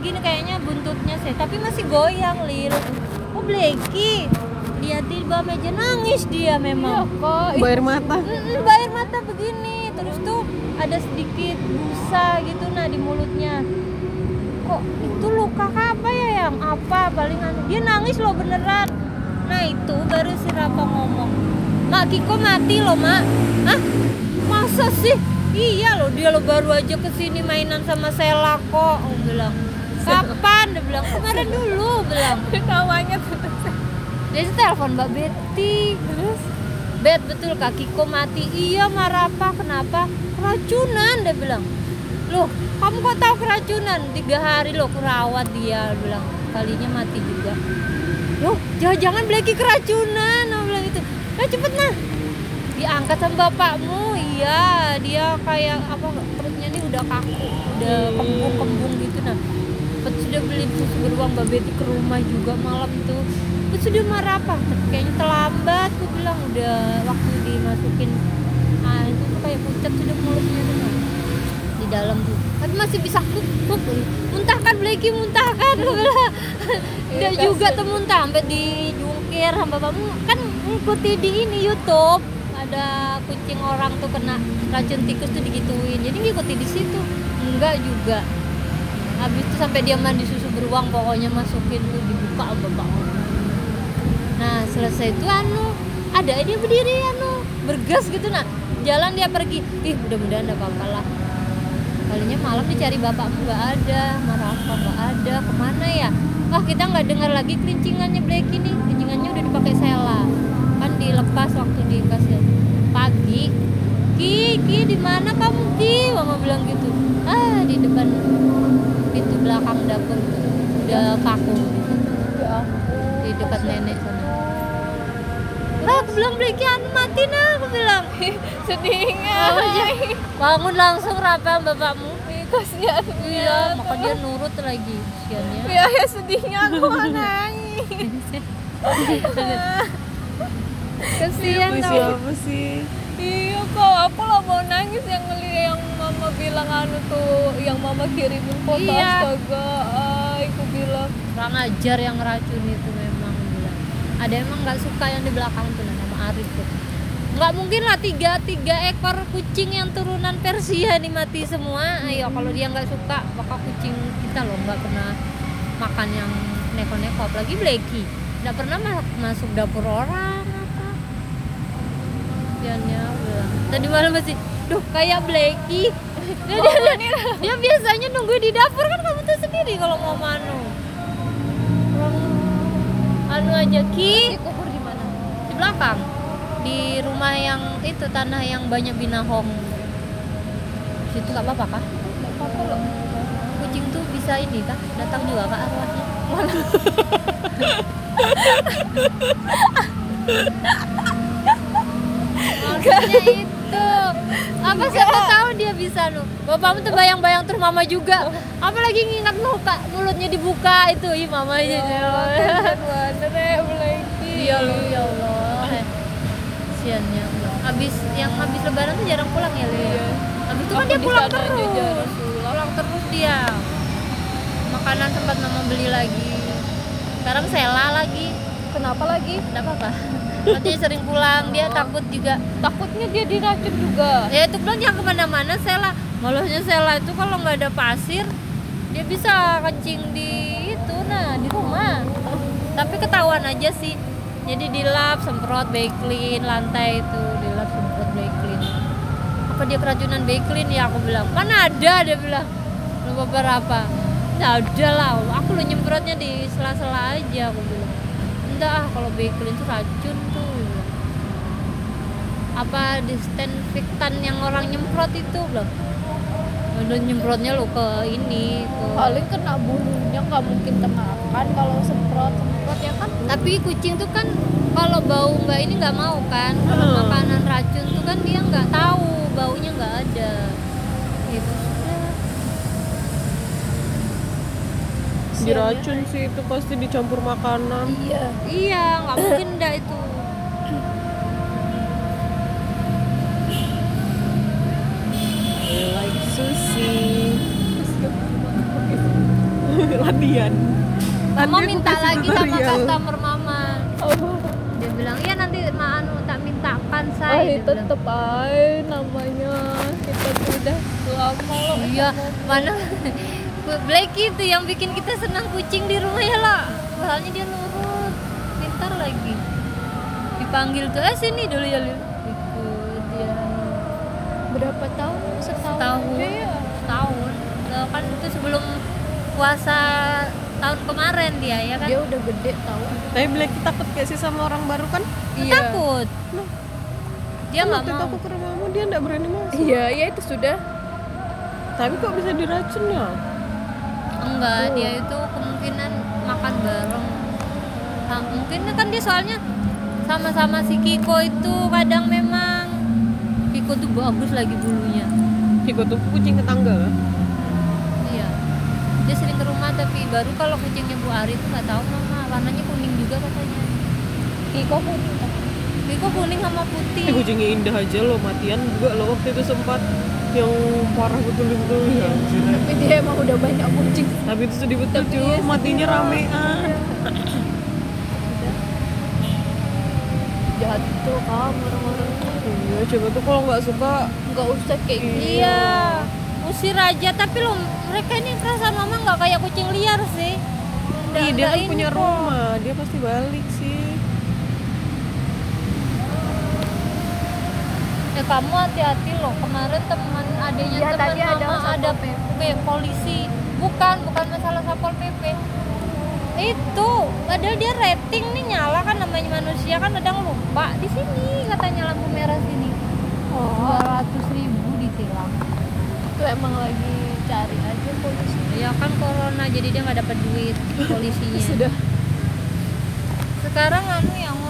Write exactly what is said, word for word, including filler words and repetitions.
begini kayaknya buntutnya sih, tapi masih goyang Lil. Oh Blacky, lihat di bawah meja nangis dia memang. Iya kok. Bair mata. Mm-mm, bair mata begini, terus tuh ada sedikit busa gitu nah di mulutnya. Kok itu luka apa ya yang apa palingan? Dia nangis loh beneran. Nah itu baru si Rafa ngomong, Mak Kiko mati loh mak. Hah? Masa sih? Iya loh, dia lo baru aja kesini mainan sama Sela kok. Aku bilang, kapan? Dia bilang, kemarin dulu bilang. Namanya tuh. Dia telepon Mbak Betty. Terus, Bet betul Kak Kiko mati. Iya marah apa? Kenapa? Keracunan dia bilang. Loh, kamu kok tahu keracunan? Tiga hari loh kurawat dia. Dia bilang, kalinya mati juga. Loh, jangan-jangan Blacky keracunan. Aku bilang gitu. Nah cepet nah. Diangkat sama bapakmu. Iya, dia kayak apa perutnya nih udah kaku, udah kembung-kembung gitu nah. Pas sudah beli susu beruang Mbak Betty ke rumah juga malam itu. Pas sudah marah apa? Kayaknya terlambat, aku bilang udah waktu dimasukin. Ah itu tuh kayak pucat sudah mulutnya tuh nah. Di dalam tuh. Tapi masih bisa kuk kuk. Muntahkan Blacky, muntahkan. Aku bilang. Dia juga tuh muntah sampai dijungkir sama bapakmu kan ngikuti di ini YouTube. Ada kucing orang tuh kena racun tikus tuh digituin, jadi ngikuti di situ. Enggak juga. Habis itu sampai dia mandi susu beruang pokoknya masukin tuh dibuka sama bapak. Nah selesai itu anu ada dia berdiri anu bergas gitu nah jalan dia pergi. Ih mudah-mudahan ada apa-apa lah. Kalinya malam dicari bapakmu nggak ada, marah apa nggak ada, kemana ya? Wah kita nggak dengar lagi kelincingannya Blacky nih, kelincingannya udah dipakai Sela. Kan dilepas waktu dikasih pagi. Ki, Ki di mana kamu Ki? Mama bilang gitu. Ah di depan pintu belakang dapur tuh udah kaku. Ya. Di dekat nenek sana. Ah aku bilang Blacky anu mati nah aku bilang. Sedihnya. Oh, ya. Bangun langsung Rafa bapakmu. Kasihan. Iya maka dia nurut lagi kasiannya. Iya ya sedihnya aku nangis. Kasihan Puisi tau. apa sih? Iya kok aku lah mau nangis yang ngeliat yang mama bilang anu tuh yang mama kirimin foto. Iya. Astaga ay, aku bilang Kurang ajar yang ngeracun itu memang bilang. Ada emang nggak suka yang di belakang tuh nama Arif tuh. Nggak mungkin lah tiga tiga ekor kucing yang turunan Persia nih mati semua. Ayo kalau dia nggak suka maka kucing kita loh nggak pernah makan yang neko-neko apalagi Blacky nggak pernah ma- masuk dapur orang apa. Jangannya bilang tadi malam masih duh kayak Blacky. Dia, dia, dia biasanya nunggu di dapur kan kamu tuh sendiri kalau mau manu. Anu aja Ki kubur di mana? di belakang di rumah yang itu tanah yang banyak binahong. Situ nggak apa-apa kah? Enggak apa-apa loh. Kucing tuh bisa ini kah? Datang juga kah arwahnya? Maksudnya itu apa siapa tahu dia bisa nu. Bapakmu tuh bayang-bayang terus mama juga. Apalagi ngingat muka mulutnya dibuka itu, ih mama aja. Bener ya Blacky. Iya lu ya Allah. Kasiannya. Habis yang habis lebaran tuh jarang pulang ya, Li. Iya. Habis itu kan Aku dia di pulang sana terus. aja jarang pulang. Pulang terus dia. Makanan sempat mama beli lagi. Sekarang Sela lagi. Kenapa lagi? Enggak apa-apa. Katanya sering pulang, dia takut juga. Takutnya dia diracun juga. Ya itu bilang jangan kemana-mana Sela. Malahnya Sela itu kalau nggak ada pasir, dia bisa kencing di itu, nah di rumah. Tapi ketahuan aja sih. Jadi dilap, semprot, Baiklin, lantai itu dilap, semprot, Baiklin. Apa dia keracunan Baiklin ya aku bilang. Mana ada dia bilang. Lu beberapa. Nggak ada lah. Aku lu nyemprotnya di sela-sela aja aku bilang. Enggak ah kalau Baiklin itu racun tuh. Apa disinfektan yang orang nyemprot itu belum? Udah nyemprotnya lo ke ini ke... Paling kena bulunya nggak mungkin kemakan kalau semprot semprot ya kan. Tapi kucing tuh kan kalau bau mbak ini nggak mau kan. Kalau Hmm. makanan racun tuh kan dia nggak tahu baunya nggak ada. Gitu. Diracun sih itu pasti dicampur makanan. Iya. Iya nggak mungkin dah itu. I like sushi. matian. Mama Nanti aku minta kasih lagi sama tutorial. customer mama. Oh, Dia bilang, iya nanti ma anu tak mintakan ah, saya. Dia bilang. tetep aja namanya kita tuh udah lama loh. Iya, mana Blacky itu yang bikin kita senang kucing di rumah ya lah. Soalnya dia nurut, pintar lagi. Dipanggil tuh, eh sini dulu ya Lil. Ikut dia. Berapa tahun? Setahun? Setahun. Iya. Setahun. Nah, kan itu sebelum puasa tahun kemarin dia ya kan. Dia udah gede tahu. Tapi Blacky takut gak sih sama orang baru kan? Takut. Dia Kan nggak waktu itu mau. aku ke rumahmu dia nggak berani masuk. Iya, iya itu sudah. Tapi kok bisa diracun ya? Enggak, dia itu kemungkinan makan bareng. Nah, mungkin kan dia soalnya sama-sama si Kiko itu kadang memang Kiko tuh bagus lagi bulunya. Kiko tuh kucing tetangga kan? Iya. Dia sering ke rumah tapi baru kalau kucingnya Bu Ari itu nggak tahu mama warnanya kuning juga katanya. Kiko kuning. Kiko kuning sama putih. Eh, kucingnya indah aja loh, matian juga loh waktu itu sempat yang parah betul-betul ya. Tapi dia emang udah banyak kucing. Tapi itu sedih betul Tapi cuy, iya, matinya sedih. ramean. Jahat tuh kamu orang-orang. Iya, coba tuh kalau nggak suka Nggak usah kayak gitu. Iya. Usir aja tapi lo mereka ini perasaan mama nggak kayak kucing liar sih. Nggak- Ih, dia nggak kan ini punya kok. rumah, dia pasti balik sih. Eh kamu hati-hati loh, kemarin teman adanya Iya, teman tadi ada mama Satpol ada P P. P, polisi. Bukan, bukan masalah Satpol P P. Itu, padahal dia rating nih nyala kan namanya manusia kan kadang lupa. Di sini katanya lampu merah sini. Oh, dua ratus ribu ditilang. itu emang lagi cari aja polisi. Ya kan corona jadi dia nggak dapat duit polisinya. Sudah. Sekarang anu yang